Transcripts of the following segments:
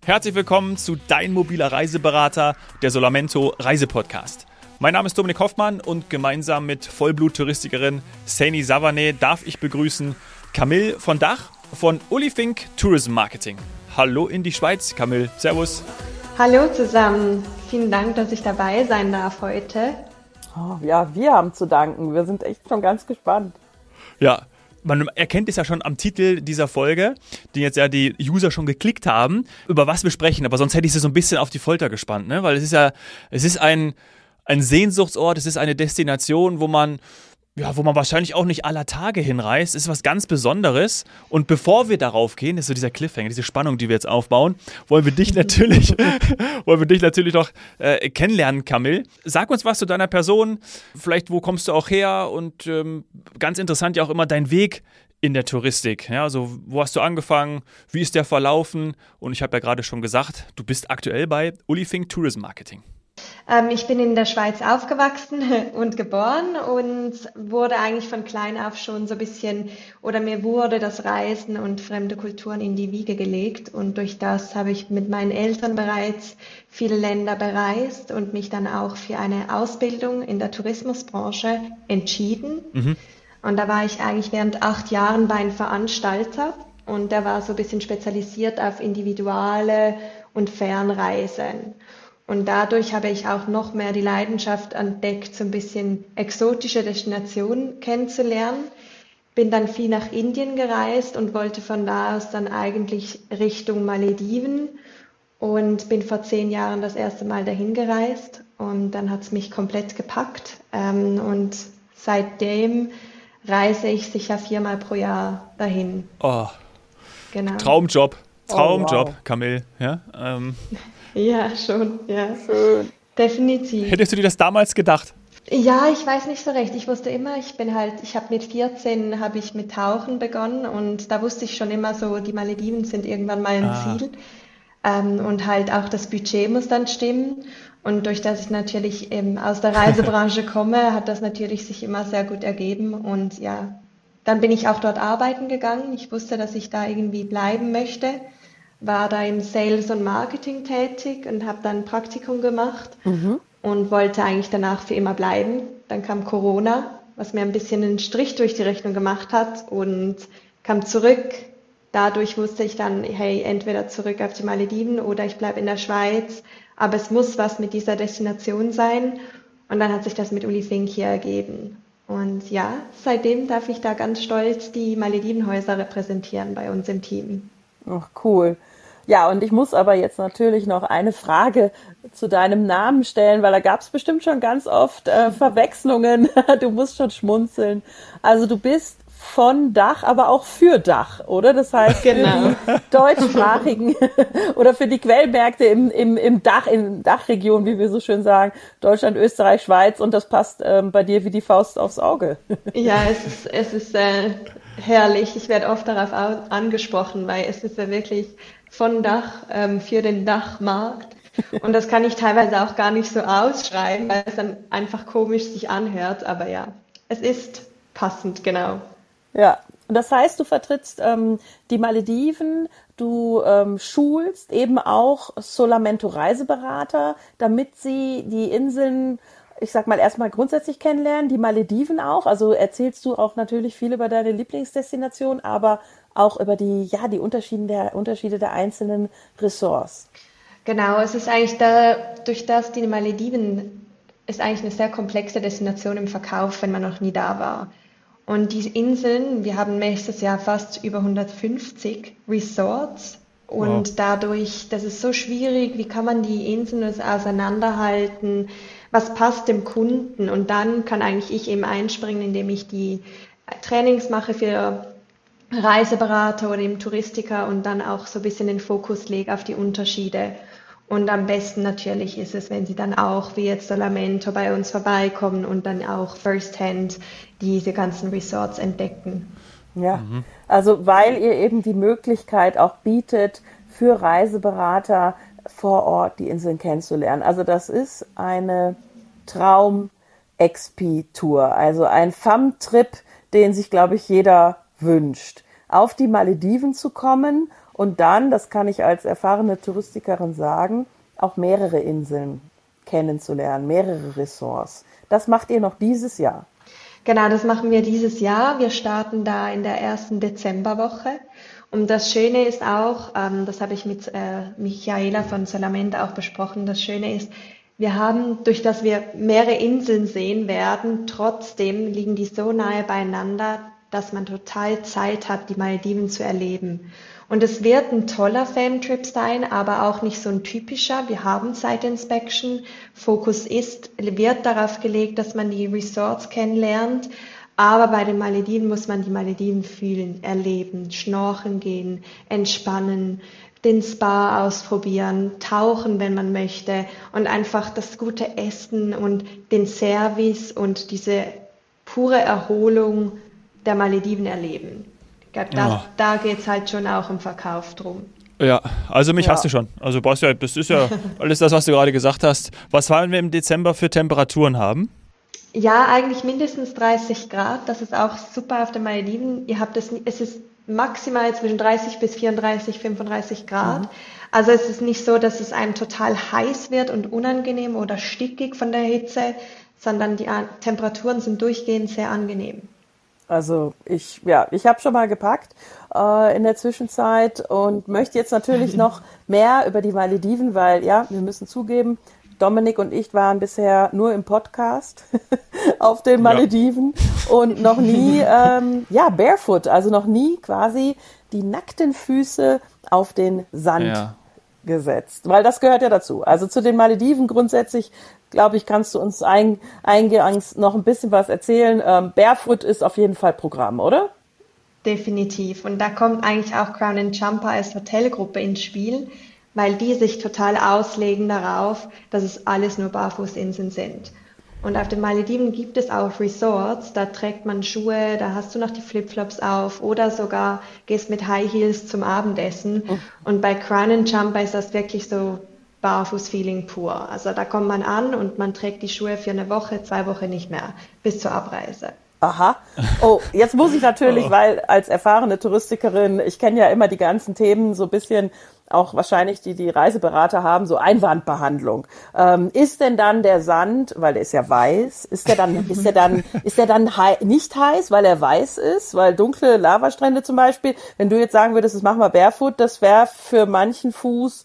Herzlich willkommen zu Dein mobiler Reiseberater, der Solamento Reisepodcast. Mein Name ist Dominik Hoffmann und gemeinsam mit Vollblut-Touristikerin Saini Savane darf ich begrüßen Camille von Dach von Olifink Tourism Marketing. Hallo in die Schweiz, Camille. Servus. Hallo zusammen. Vielen Dank, dass ich dabei sein darf heute. Oh, ja, wir haben zu danken. Wir sind echt schon ganz gespannt. Ja, man erkennt es ja schon am Titel dieser Folge, den jetzt ja die User schon geklickt haben, über was wir sprechen. Aber sonst hätte ich sie so ein bisschen auf die Folter gespannt, ne? Weil es ist ein Sehnsuchtsort, es ist eine Destination, wo man wahrscheinlich auch nicht aller Tage hinreist. Es ist was ganz Besonderes. Und bevor wir darauf gehen, ist so dieser Cliffhanger, diese Spannung, die wir jetzt aufbauen, wollen wir dich natürlich noch kennenlernen, Camille. Sag uns was zu deiner Person. Vielleicht, wo kommst du auch her? Und ganz interessant ja auch immer dein Weg in der Touristik. Ja, also wo hast du angefangen? Wie ist der verlaufen? Und ich habe ja gerade schon gesagt, du bist aktuell bei Olifink Tourism Marketing. Ich bin in der Schweiz aufgewachsen und geboren und wurde eigentlich von klein auf schon so ein bisschen, oder mir wurde das Reisen und fremde Kulturen in die Wiege gelegt. Und durch das habe ich mit meinen Eltern bereits viele Länder bereist und mich dann auch für eine Ausbildung in der Tourismusbranche entschieden. Mhm. Und da war ich eigentlich während 8 Jahren bei einem Veranstalter und der war so ein bisschen spezialisiert auf Individuale und Fernreisen. Und dadurch habe ich auch noch mehr die Leidenschaft entdeckt, so ein bisschen exotische Destinationen kennenzulernen. Bin dann viel nach Indien gereist und wollte von da aus dann eigentlich Richtung Malediven und bin vor 10 Jahren das erste Mal dahin gereist und dann hat es mich komplett gepackt. Und seitdem reise ich sicher 4-mal pro Jahr dahin. Oh, genau. Traumjob, oh, wow. Camille. Ja, ja, schon, ja. Schön. Definitiv. Hättest du dir das damals gedacht? Ja, ich weiß nicht so recht. Ich wusste immer, ich habe mit 14 mit Tauchen begonnen und da wusste ich schon immer so, die Malediven sind irgendwann mal ein Ziel. Und halt auch das Budget muss dann stimmen. Und durch das ich natürlich aus der Reisebranche komme, hat das natürlich sich immer sehr gut ergeben. Und ja, dann bin ich auch dort arbeiten gegangen. Ich wusste, dass ich da irgendwie bleiben möchte. War da im Sales und Marketing tätig und habe dann ein Praktikum gemacht und wollte eigentlich danach für immer bleiben. Dann kam Corona, was mir ein bisschen einen Strich durch die Rechnung gemacht hat und kam zurück. Dadurch wusste ich dann, hey, entweder zurück auf die Malediven oder ich bleibe in der Schweiz. Aber es muss was mit dieser Destination sein. Und dann hat sich das mit Olifink hier ergeben. Und ja, seitdem darf ich da ganz stolz die Maledivenhäuser repräsentieren bei uns im Team. Ach, cool. Ja, und ich muss aber jetzt natürlich noch eine Frage zu deinem Namen stellen, weil da gab es bestimmt schon ganz oft Verwechslungen. Du musst schon schmunzeln. Also du bist von Dach, aber auch für Dach, oder? Das heißt, genau. Für die deutschsprachigen oder für die Quellmärkte in Dachregion, wie wir so schön sagen, Deutschland, Österreich, Schweiz, und das passt bei dir wie die Faust aufs Auge. Ja, es ist herrlich. Ich werde oft darauf angesprochen, weil es ist ja wirklich von Dach für den Dachmarkt. Und das kann ich teilweise auch gar nicht so ausschreiben, weil es dann einfach komisch sich anhört. Aber ja, es ist passend, genau. Ja, und das heißt, du vertrittst die Malediven, du schulst eben auch Solamento Reiseberater, damit sie die Inseln, ich sag mal, erstmal grundsätzlich kennenlernen, die Malediven auch. Also erzählst du auch natürlich viel über deine Lieblingsdestination, aber auch über die Unterschiede der einzelnen Ressorts. Genau, es ist eigentlich durch das die Malediven ist eigentlich eine sehr komplexe Destination im Verkauf, wenn man noch nie da war. Und die Inseln, wir haben nächstes Jahr fast über 150 Resorts und dadurch, das ist so schwierig, wie kann man die Inseln auseinanderhalten, was passt dem Kunden, und dann kann eigentlich ich eben einspringen, indem ich die Trainings mache für Reiseberater oder eben Touristiker und dann auch so ein bisschen den Fokus lege auf die Unterschiede. Und am besten natürlich ist es, wenn sie dann auch, wie jetzt Solamento, bei uns vorbeikommen und dann auch firsthand diese ganzen Resorts entdecken. Ja, also weil ihr eben die Möglichkeit auch bietet, für Reiseberater vor Ort die Inseln kennenzulernen. Also das ist eine Traum-Expi-Tour, also ein FAM-Trip, den sich, glaube ich, jeder wünscht. Auf die Malediven zu kommen und dann, das kann ich als erfahrene Touristikerin sagen, auch mehrere Inseln kennenzulernen, mehrere Ressorts. Das macht ihr noch dieses Jahr? Genau, das machen wir dieses Jahr. Wir starten da in der ersten Dezemberwoche. Und das Schöne ist auch, das habe ich mit Michaela von Salamente auch besprochen, das Schöne ist, wir haben, durch dass wir mehrere Inseln sehen werden, trotzdem liegen die so nahe beieinander, dass man total Zeit hat, die Malediven zu erleben. Und es wird ein toller Famtrip sein, aber auch nicht so ein typischer. Wir haben Site Inspection. Fokus wird darauf gelegt, dass man die Resorts kennenlernt. Aber bei den Malediven muss man die Malediven fühlen, erleben, schnorcheln gehen, entspannen, den Spa ausprobieren, tauchen, wenn man möchte, und einfach das gute Essen und den Service und diese pure Erholung der Malediven erleben. Ich glaube, da geht es halt schon auch im Verkauf drum. Ja, also mich hast du schon. Also das ist ja alles das, was du gerade gesagt hast. Was wollen wir im Dezember für Temperaturen haben? Ja, eigentlich mindestens 30 Grad. Das ist auch super auf den Malediven. Es ist maximal zwischen 30 bis 34, 35 Grad. Mhm. Also es ist nicht so, dass es einem total heiß wird und unangenehm oder stickig von der Hitze, sondern die Temperaturen sind durchgehend sehr angenehm. Also ich habe schon mal gepackt in der Zwischenzeit und möchte jetzt natürlich noch mehr über die Malediven, weil wir müssen zugeben, Dominik und ich waren bisher nur im Podcast auf den Malediven und noch nie, barefoot, also noch nie quasi die nackten Füße auf den Sand gesetzt, weil das gehört ja dazu. Also zu den Malediven grundsätzlich, glaube ich, kannst du uns eingangs noch ein bisschen was erzählen. Barefoot ist auf jeden Fall Programm, oder? Definitiv. Und da kommt eigentlich auch Crown & Champa als Hotelgruppe ins Spiel, weil die sich total auslegen darauf, dass es alles nur Barfußinseln sind. Und auf den Malediven gibt es auch Resorts, da trägt man Schuhe, da hast du noch die Flipflops auf oder sogar gehst mit High Heels zum Abendessen. Und bei Crown & Champa ist das wirklich so Barfuß-Feeling pur. Also da kommt man an und man trägt die Schuhe für eine Woche, 2 Wochen nicht mehr, bis zur Abreise. Aha. Oh, jetzt muss ich natürlich, weil als erfahrene Touristikerin, ich kenne ja immer die ganzen Themen so ein bisschen, auch wahrscheinlich die Reiseberater haben, so Einwandbehandlung. Ist denn dann der Sand, weil der ist ja weiß, ist der dann nicht heiß, weil er weiß ist? Weil dunkle Lavastrände zum Beispiel, wenn du jetzt sagen würdest, das machen wir barefoot, das wäre für manchen Fuß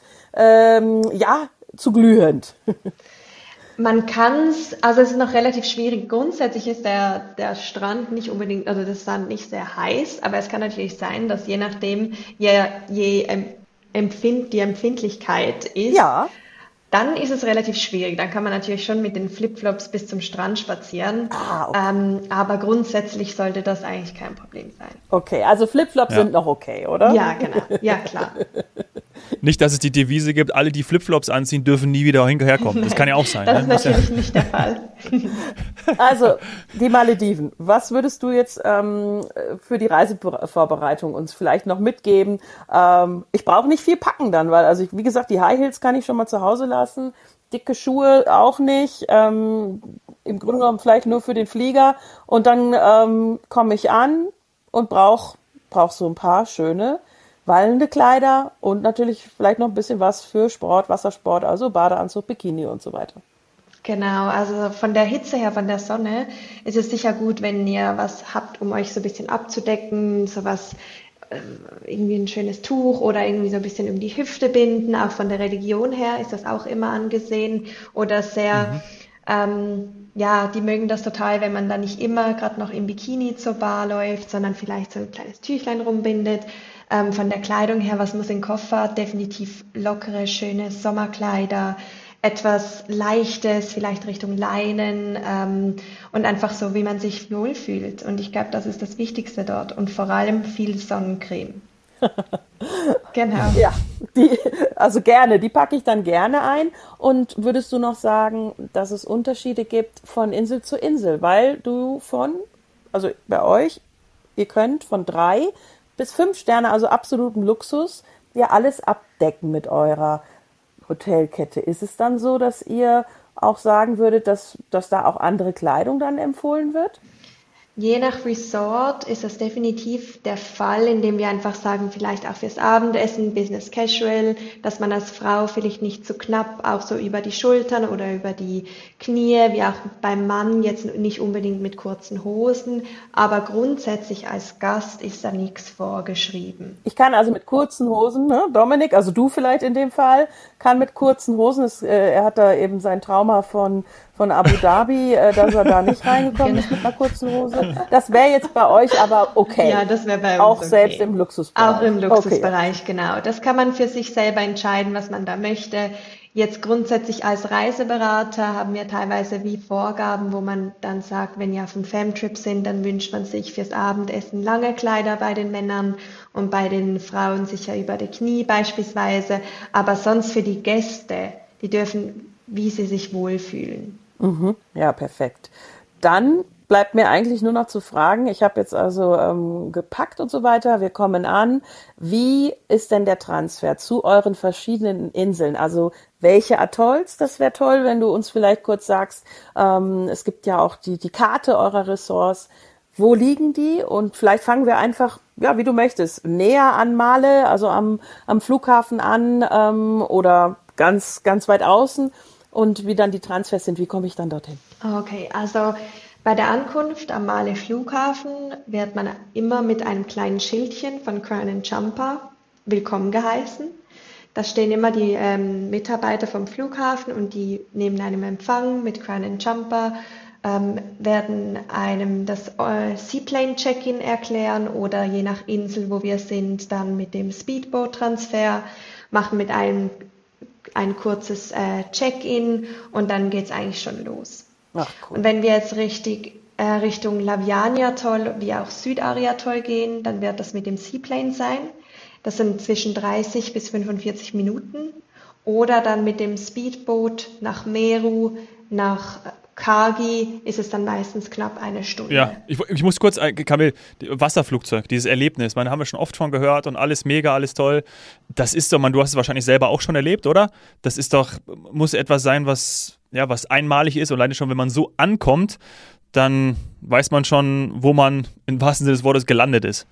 zu glühend. Man kann's, also es ist noch relativ schwierig. Grundsätzlich ist der Strand nicht unbedingt, also das Sand nicht sehr heiß, aber es kann natürlich sein, dass je nachdem, die Empfindlichkeit ist, dann ist es relativ schwierig. Dann kann man natürlich schon mit den Flipflops bis zum Strand spazieren, aber grundsätzlich sollte das eigentlich kein Problem sein. Okay, also Flipflops sind noch okay, oder? Ja, genau. Ja, klar. Nicht, dass es die Devise gibt, alle, die Flipflops anziehen, dürfen nie wieder hinterherkommen. Das kann ja auch sein. Das ist natürlich nicht der Fall. Also, die Malediven. Was würdest du jetzt für die Reisevorbereitung uns vielleicht noch mitgeben? Ich brauche nicht viel packen dann, weil, wie gesagt, die High Heels kann ich schon mal zu Hause lassen. Dicke Schuhe auch nicht. Im Grunde genommen vielleicht nur für den Flieger. Und dann komme ich an und brauch so ein paar schöne wallende Kleider und natürlich vielleicht noch ein bisschen was für Sport, Wassersport, also Badeanzug, Bikini und so weiter. Genau, also von der Hitze her, von der Sonne, ist es sicher gut, wenn ihr was habt, um euch so ein bisschen abzudecken, sowas, irgendwie ein schönes Tuch oder irgendwie so ein bisschen um die Hüfte binden. Auch von der Religion her ist das auch immer angesehen oder sehr, die mögen das total, wenn man da nicht immer gerade noch im Bikini zur Bar läuft, sondern vielleicht so ein kleines Tüchlein rumbindet. Von der Kleidung her, was muss im Koffer? Definitiv lockere, schöne Sommerkleider, etwas Leichtes, vielleicht Richtung Leinen und einfach so, wie man sich wohlfühlt. Und ich glaube, das ist das Wichtigste dort und vor allem viel Sonnencreme. Genau. Ja, die packe ich dann gerne ein. Und würdest du noch sagen, dass es Unterschiede gibt von Insel zu Insel? Weil du bei euch, ihr könnt von 3 bis 5 Sterne, also absoluten Luxus, alles abdecken mit eurer Hotelkette. Ist es dann so, dass ihr auch sagen würdet, dass da auch andere Kleidung dann empfohlen wird? Je nach Resort ist das definitiv der Fall, indem wir einfach sagen, vielleicht auch fürs Abendessen, Business Casual, dass man als Frau vielleicht nicht zu knapp auch so über die Schultern oder über die Knie, wie auch beim Mann, jetzt nicht unbedingt mit kurzen Hosen, aber grundsätzlich als Gast ist da nichts vorgeschrieben. Ich kann also mit kurzen Hosen, ne, Dominik, also du vielleicht in dem Fall, kann mit kurzen Hosen, er hat da eben sein Trauma von Abu Dhabi, dass er da nicht reingekommen ist mit einer kurzen Hose. Das wäre jetzt bei euch aber okay. Ja, das wäre bei uns auch okay. Selbst im Luxusbereich. Auch im Luxusbereich, okay. Genau. Das kann man für sich selber entscheiden, was man da möchte. Jetzt grundsätzlich als Reiseberater haben wir teilweise wie Vorgaben, wo man dann sagt, wenn wir auf einem Femtrip sind, dann wünscht man sich fürs Abendessen lange Kleider bei den Männern und bei den Frauen sicher über die Knie beispielsweise. Aber sonst für die Gäste, die dürfen, wie sie sich wohlfühlen. Ja, perfekt. Dann bleibt mir eigentlich nur noch zu fragen, ich habe jetzt also gepackt und so weiter, wir kommen an. Wie ist denn der Transfer zu euren verschiedenen Inseln? Also welche Atolls? Das wäre toll, wenn du uns vielleicht kurz sagst. Es gibt ja auch die Karte eurer Ressorts. Wo liegen die? Und vielleicht fangen wir einfach, ja, wie du möchtest, näher an Male, also am Flughafen an oder ganz, ganz weit außen. Und wie dann die Transfers sind, wie komme ich dann dorthin? Okay, also bei der Ankunft am Male Flughafen wird man immer mit einem kleinen Schildchen von Crown & Jumper willkommen geheißen. Da stehen immer die Mitarbeiter vom Flughafen und die nehmen einem Empfang mit Crown & Jumper, werden einem das Seaplane-Check-in erklären oder je nach Insel, wo wir sind, dann mit dem Speedboat-Transfer, machen mit einem ein kurzes Check-in und dann geht's eigentlich schon los. Ach, cool. Und wenn wir jetzt Richtung Laviani-Atoll wie auch Südari-Atoll gehen, dann wird das mit dem Seaplane sein. Das sind zwischen 30 bis 45 Minuten. Oder dann mit dem Speedboot nach Meru, nach Kagi ist es dann meistens knapp eine Stunde. Ja, ich muss kurz, Kamil, Wasserflugzeug, dieses Erlebnis, haben wir schon oft von gehört und alles mega, alles toll. Das ist doch, du hast es wahrscheinlich selber auch schon erlebt, oder? Das ist doch, muss etwas sein, was einmalig ist und alleine schon, wenn man so ankommt, dann weiß man schon, wo man im wahrsten Sinne des Wortes gelandet ist.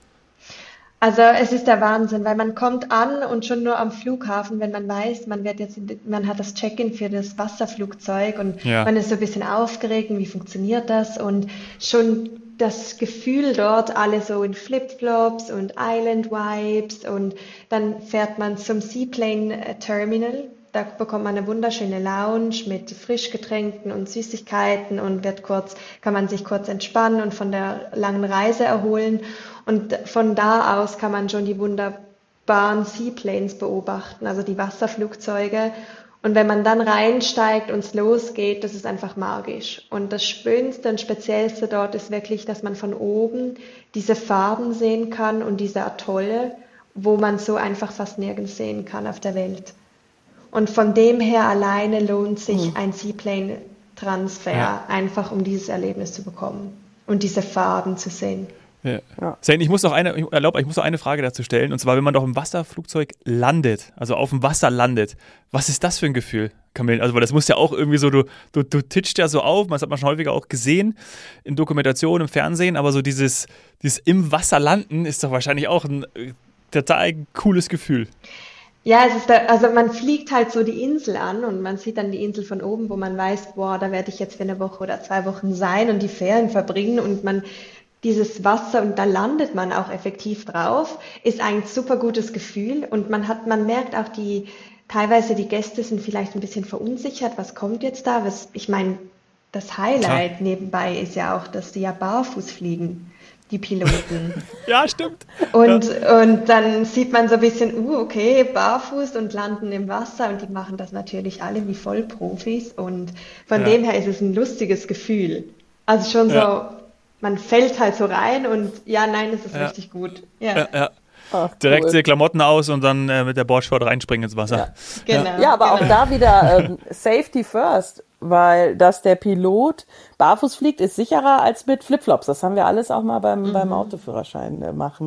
Also es ist der Wahnsinn, weil man kommt an und schon nur am Flughafen, wenn man weiß, man hat das Check-in für das Wasserflugzeug und man ist so ein bisschen aufgeregt, wie funktioniert das und schon das Gefühl dort, alle so in Flipflops und Island Vibes und dann fährt man zum Seaplane Terminal. Da bekommt man eine wunderschöne Lounge mit Frischgetränken und Süßigkeiten und kann man sich kurz entspannen und von der langen Reise erholen. Und von da aus kann man schon die wunderbaren Seaplanes beobachten, also die Wasserflugzeuge. Und wenn man dann reinsteigt und es losgeht, das ist einfach magisch. Und das Schönste und Speziellste dort ist wirklich, dass man von oben diese Farben sehen kann und diese Atolle, wo man so einfach fast nirgends sehen kann auf der Welt. Und von dem her alleine lohnt sich ein Seaplane-Transfer, einfach um dieses Erlebnis zu bekommen und diese Farben zu sehen. Ja. Zane, ich muss noch eine Frage dazu stellen. Und zwar, wenn man doch im Wasserflugzeug landet, also auf dem Wasser landet, was ist das für ein Gefühl, Kamil? Also, weil das muss ja auch irgendwie so, du titscht ja so auf, das hat man schon häufiger auch gesehen in Dokumentationen, im Fernsehen, aber so dieses im Wasser landen ist doch wahrscheinlich auch ein total cooles Gefühl. Ja, also man fliegt halt so die Insel an und man sieht dann die Insel von oben, wo man weiß, boah, da werde ich jetzt für eine Woche oder 2 Wochen sein und die Ferien verbringen und dieses Wasser und da landet man auch effektiv drauf, ist ein super gutes Gefühl und man merkt auch teilweise die Gäste sind vielleicht ein bisschen verunsichert, was kommt jetzt da? Ich meine, das Highlight nebenbei ist ja auch, dass die ja barfuß fliegen, die Piloten. Ja, stimmt. Und dann sieht man so ein bisschen, okay, barfuß und landen im Wasser und die machen das natürlich alle wie Vollprofis und von dem her ist es ein lustiges Gefühl. Also schon so, man fällt halt so rein und es ist richtig gut. Ja. Ach, direkt cool. die Klamotten aus und dann mit der Bordschwarte reinspringen ins Wasser. Ja, genau. Ja, aber auch da wieder Safety first, weil dass der Pilot barfuß fliegt, ist sicherer als mit Flipflops. Das haben wir alles auch mal beim Autoführerschein machen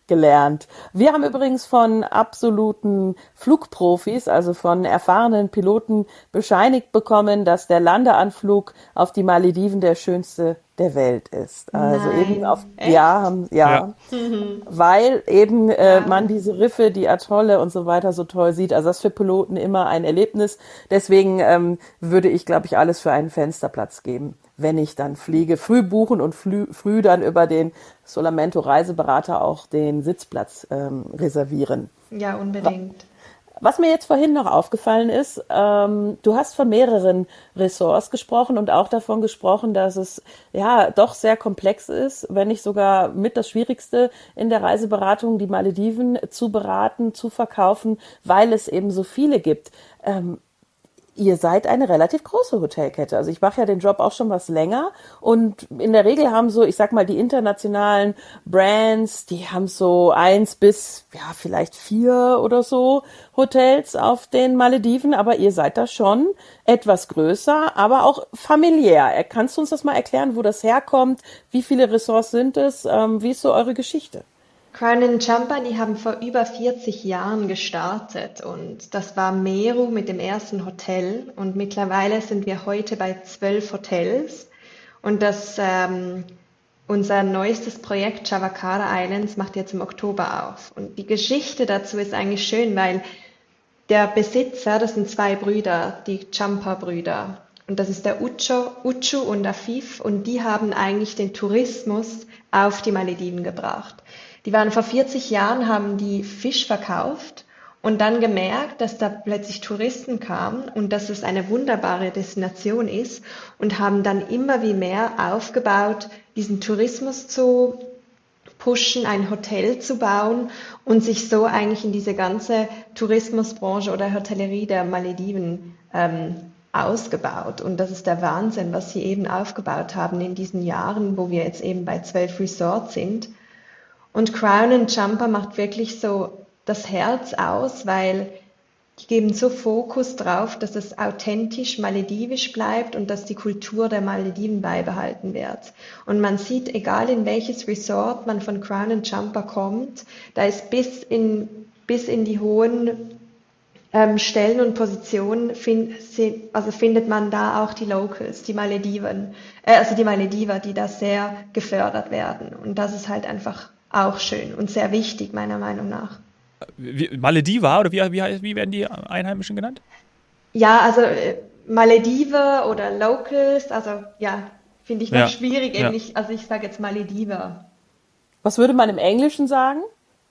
gelernt. Wir haben übrigens von absoluten Flugprofis, also von erfahrenen Piloten, bescheinigt bekommen, dass der Landeanflug auf die Malediven der schönste der Welt ist. Also Nein, eben auf, echt? ja, weil eben man diese Riffe, die Atolle und so weiter so toll sieht. Also das ist für Piloten immer ein Erlebnis. Deswegen würde ich, glaube ich, alles für einen Fensterplatz geben, wenn ich dann fliege. Früh buchen und früh dann über den Solamento Reiseberater auch den Sitzplatz reservieren. Ja, unbedingt. Was mir jetzt vorhin noch aufgefallen ist, du hast von mehreren Ressorts gesprochen und auch davon gesprochen, dass es ja doch sehr komplex ist, wenn nicht sogar mit das Schwierigste in der Reiseberatung, die Malediven zu beraten, zu verkaufen, weil es eben so viele gibt. Ihr seid eine relativ große Hotelkette. Also ich mache ja den Job auch schon was länger und in der Regel haben so, ich sag mal, die internationalen Brands, die haben so 1 bis, ja, vielleicht 4 oder so Hotels auf den Malediven, aber ihr seid da schon etwas größer, aber auch familiär. Kannst du uns das mal erklären, wo das herkommt? Wie viele Ressorts sind es? Wie ist so eure Geschichte? Crown Champa, die haben vor über 40 Jahren gestartet und das war Meru mit dem ersten Hotel und mittlerweile sind wir heute bei 12 Hotels und unser neuestes Projekt Chavacana Islands macht jetzt im Oktober auf und die Geschichte dazu ist eigentlich schön, weil der Besitzer, das sind 2 Brüder, die Champa-Brüder und das ist der Uchu und Afif und die haben eigentlich den Tourismus auf die Malediven gebracht. Die waren vor 40 Jahren, haben die Fisch verkauft und dann gemerkt, dass da plötzlich Touristen kamen und dass es eine wunderbare Destination ist und haben dann immer wie mehr aufgebaut, diesen Tourismus zu pushen, ein Hotel zu bauen und sich so eigentlich in diese ganze Tourismusbranche oder Hotellerie der Malediven ausgebaut. Und das ist der Wahnsinn, was sie eben aufgebaut haben in diesen Jahren, wo wir jetzt eben bei 12 Resorts sind. Und Crown Champa macht wirklich so das Herz aus, weil die geben so Fokus drauf, dass es authentisch maledivisch bleibt und dass die Kultur der Malediven beibehalten wird. Und man sieht, egal in welches Resort man von Crown Champa kommt, da ist bis in die hohen Stellen und Positionen findet man da auch die Locals, die Malediver, die da sehr gefördert werden. Und das ist halt einfach auch schön und sehr wichtig, meiner Meinung nach. Malediva oder wie werden die Einheimischen genannt? Ja, also Malediver oder Locals, also ja, finde ich noch schwierig. Ja. Ich sage jetzt Malediver. Was würde man im Englischen sagen?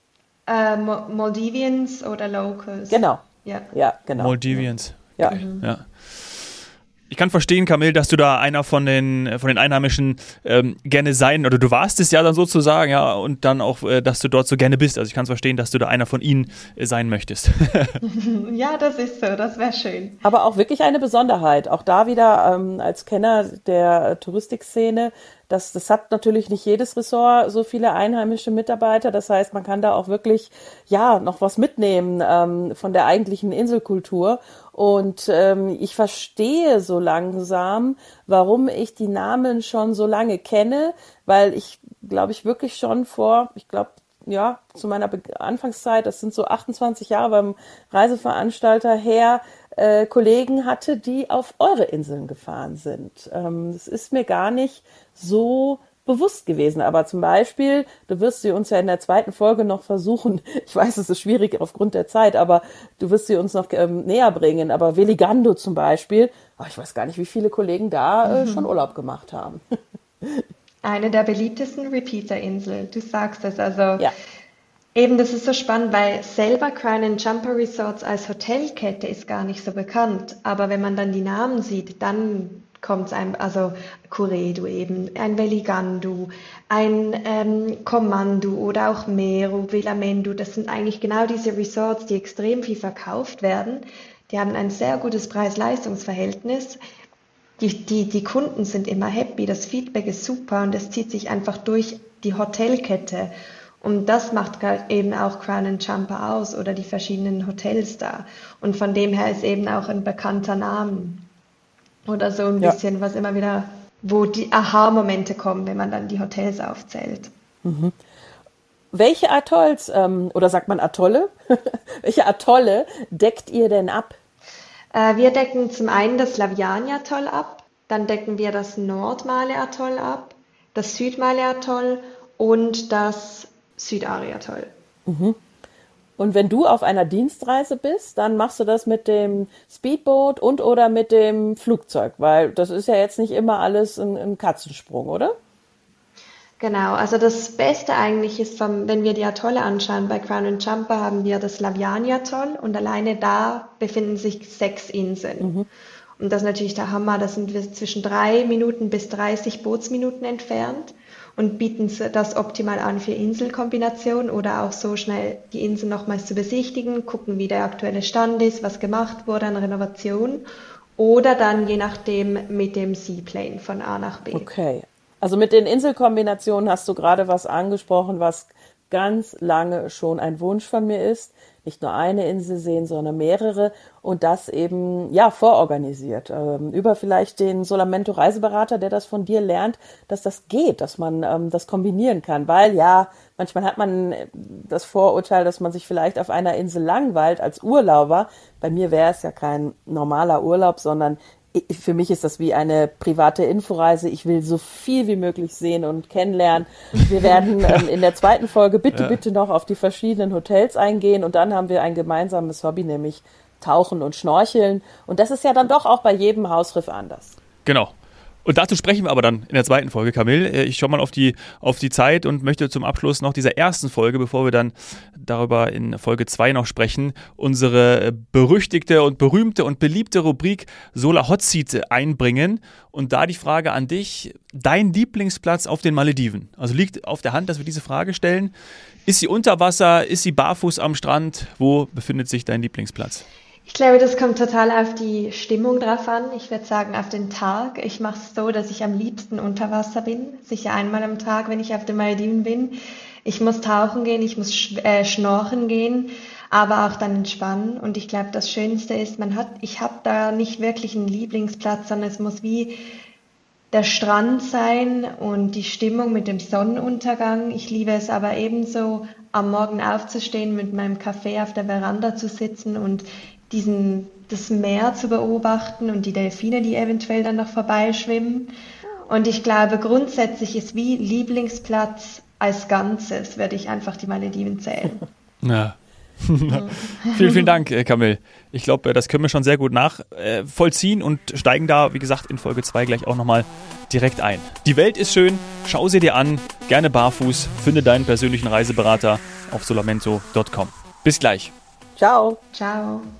Maldivians oder Locals. Genau. Ja, genau. Maldivians. Ja. Ja. Ich kann verstehen, Camille, dass du da einer von den Einheimischen gerne sein, oder du warst es ja dann sozusagen, ja, und dann auch, dass du dort so gerne bist. Also ich kann es verstehen, dass du da einer von ihnen sein möchtest. Ja, das ist so, das wäre schön. Aber auch wirklich eine Besonderheit. Auch da wieder als Kenner der Touristikszene, das hat natürlich nicht jedes Ressort so viele einheimische Mitarbeiter. Das heißt, man kann da auch wirklich noch was mitnehmen von der eigentlichen Inselkultur. Und ich verstehe so langsam, warum ich die Namen schon so lange kenne, weil ich, glaube ich, wirklich schon zu meiner Anfangszeit, das sind so 28 Jahre beim Reiseveranstalter her, Kollegen hatte, die auf eure Inseln gefahren sind. Das ist mir gar nicht so bewusst gewesen. Aber zum Beispiel, du wirst sie uns ja in der 2. Folge noch versuchen, ich weiß, es ist schwierig aufgrund der Zeit, aber du wirst sie uns noch näher bringen. Aber Veligando zum Beispiel, ich weiß gar nicht, wie viele Kollegen da schon Urlaub gemacht haben. Eine der beliebtesten Repeater-Inseln, du sagst es. Also Ja. eben, das ist so spannend, weil selber Crown Champa Resorts als Hotelkette ist gar nicht so bekannt. Aber wenn man dann die Namen sieht, dann kommt es einem, also Curedo eben, ein Veligando, ein Comando oder auch Meru, Vilamendu, das sind eigentlich genau diese Resorts, die extrem viel verkauft werden. Die haben ein sehr gutes Preis-Leistungs-Verhältnis. Die Kunden sind immer happy, das Feedback ist super und es zieht sich einfach durch die Hotelkette. Und das macht eben auch Crown Champa aus oder die verschiedenen Hotels da. Und von dem her ist eben auch ein bekannter Name. Oder so ein bisschen, was immer wieder, wo die Aha-Momente kommen, wenn man dann die Hotels aufzählt. Welche Atolls, oder sagt man Atolle? Welche Atolle deckt ihr denn ab? Wir decken zum einen das Laviani-Atoll ab, dann decken wir das Nordmale-Atoll ab, das Südmale-Atoll und das Südari-Atoll. Und wenn du auf einer Dienstreise bist, dann machst du das mit dem Speedboot und oder mit dem Flugzeug, weil das ist ja jetzt nicht immer alles ein Katzensprung, oder? Genau, also das Beste eigentlich ist, wenn wir die Atolle anschauen, bei Crown & Jumper haben wir das Laviani-Atoll und alleine da befinden sich 6 Inseln. Und das ist natürlich der Hammer, da sind wir zwischen 3 Minuten bis 30 Bootsminuten entfernt und bieten das optimal an für Inselkombinationen oder auch so schnell die Insel nochmals zu besichtigen, gucken, wie der aktuelle Stand ist, was gemacht wurde an Renovation oder dann je nachdem mit dem Seaplane von A nach B. Okay. Also mit den Inselkombinationen hast du gerade was angesprochen, was ganz lange schon ein Wunsch von mir ist. Nicht nur eine Insel sehen, sondern mehrere und das eben vororganisiert. Über vielleicht den Solamento Reiseberater, der das von dir lernt, dass das geht, dass man das kombinieren kann. Weil manchmal hat man das Vorurteil, dass man sich vielleicht auf einer Insel langweilt als Urlauber. Bei mir wäre es ja kein normaler Urlaub, sondern für mich ist das wie eine private Inforeise. Ich will so viel wie möglich sehen und kennenlernen. Wir werden in der zweiten Folge bitte noch auf die verschiedenen Hotels eingehen und dann haben wir ein gemeinsames Hobby, nämlich Tauchen und Schnorcheln. Und das ist ja dann doch auch bei jedem Hausriff anders. Genau. Und dazu sprechen wir aber dann in der zweiten Folge, Camille. Ich schaue mal auf die Zeit und möchte zum Abschluss noch dieser ersten Folge, bevor wir dann darüber in Folge 2 noch sprechen, unsere berüchtigte und berühmte und beliebte Rubrik Sola Hot Seat einbringen. Und da die Frage an dich, dein Lieblingsplatz auf den Malediven? Also liegt auf der Hand, dass wir diese Frage stellen. Ist sie unter Wasser? Ist sie barfuß am Strand? Wo befindet sich dein Lieblingsplatz? Ich glaube, das kommt total auf die Stimmung drauf an. Ich würde sagen, auf den Tag. Ich mache es so, dass ich am liebsten unter Wasser bin. Sicher einmal am Tag, wenn ich auf den Malediven bin. Ich muss tauchen gehen, ich muss schnorcheln gehen, aber auch dann entspannen. Und ich glaube, das Schönste ist, ich habe da nicht wirklich einen Lieblingsplatz, sondern es muss wie der Strand sein und die Stimmung mit dem Sonnenuntergang. Ich liebe es aber ebenso, am Morgen aufzustehen, mit meinem Kaffee auf der Veranda zu sitzen und das Meer zu beobachten und die Delfine, die eventuell dann noch vorbeischwimmen. Und ich glaube, grundsätzlich ist wie Lieblingsplatz als Ganzes, würde ich einfach die Malediven zählen. Ja. Vielen Dank, Camille. Ich glaube, das können wir schon sehr gut nachvollziehen und steigen da, wie gesagt, in Folge 2 gleich auch nochmal direkt ein. Die Welt ist schön, schau sie dir an, gerne barfuß, finde deinen persönlichen Reiseberater auf solamento.com. Bis gleich. Ciao. Ciao.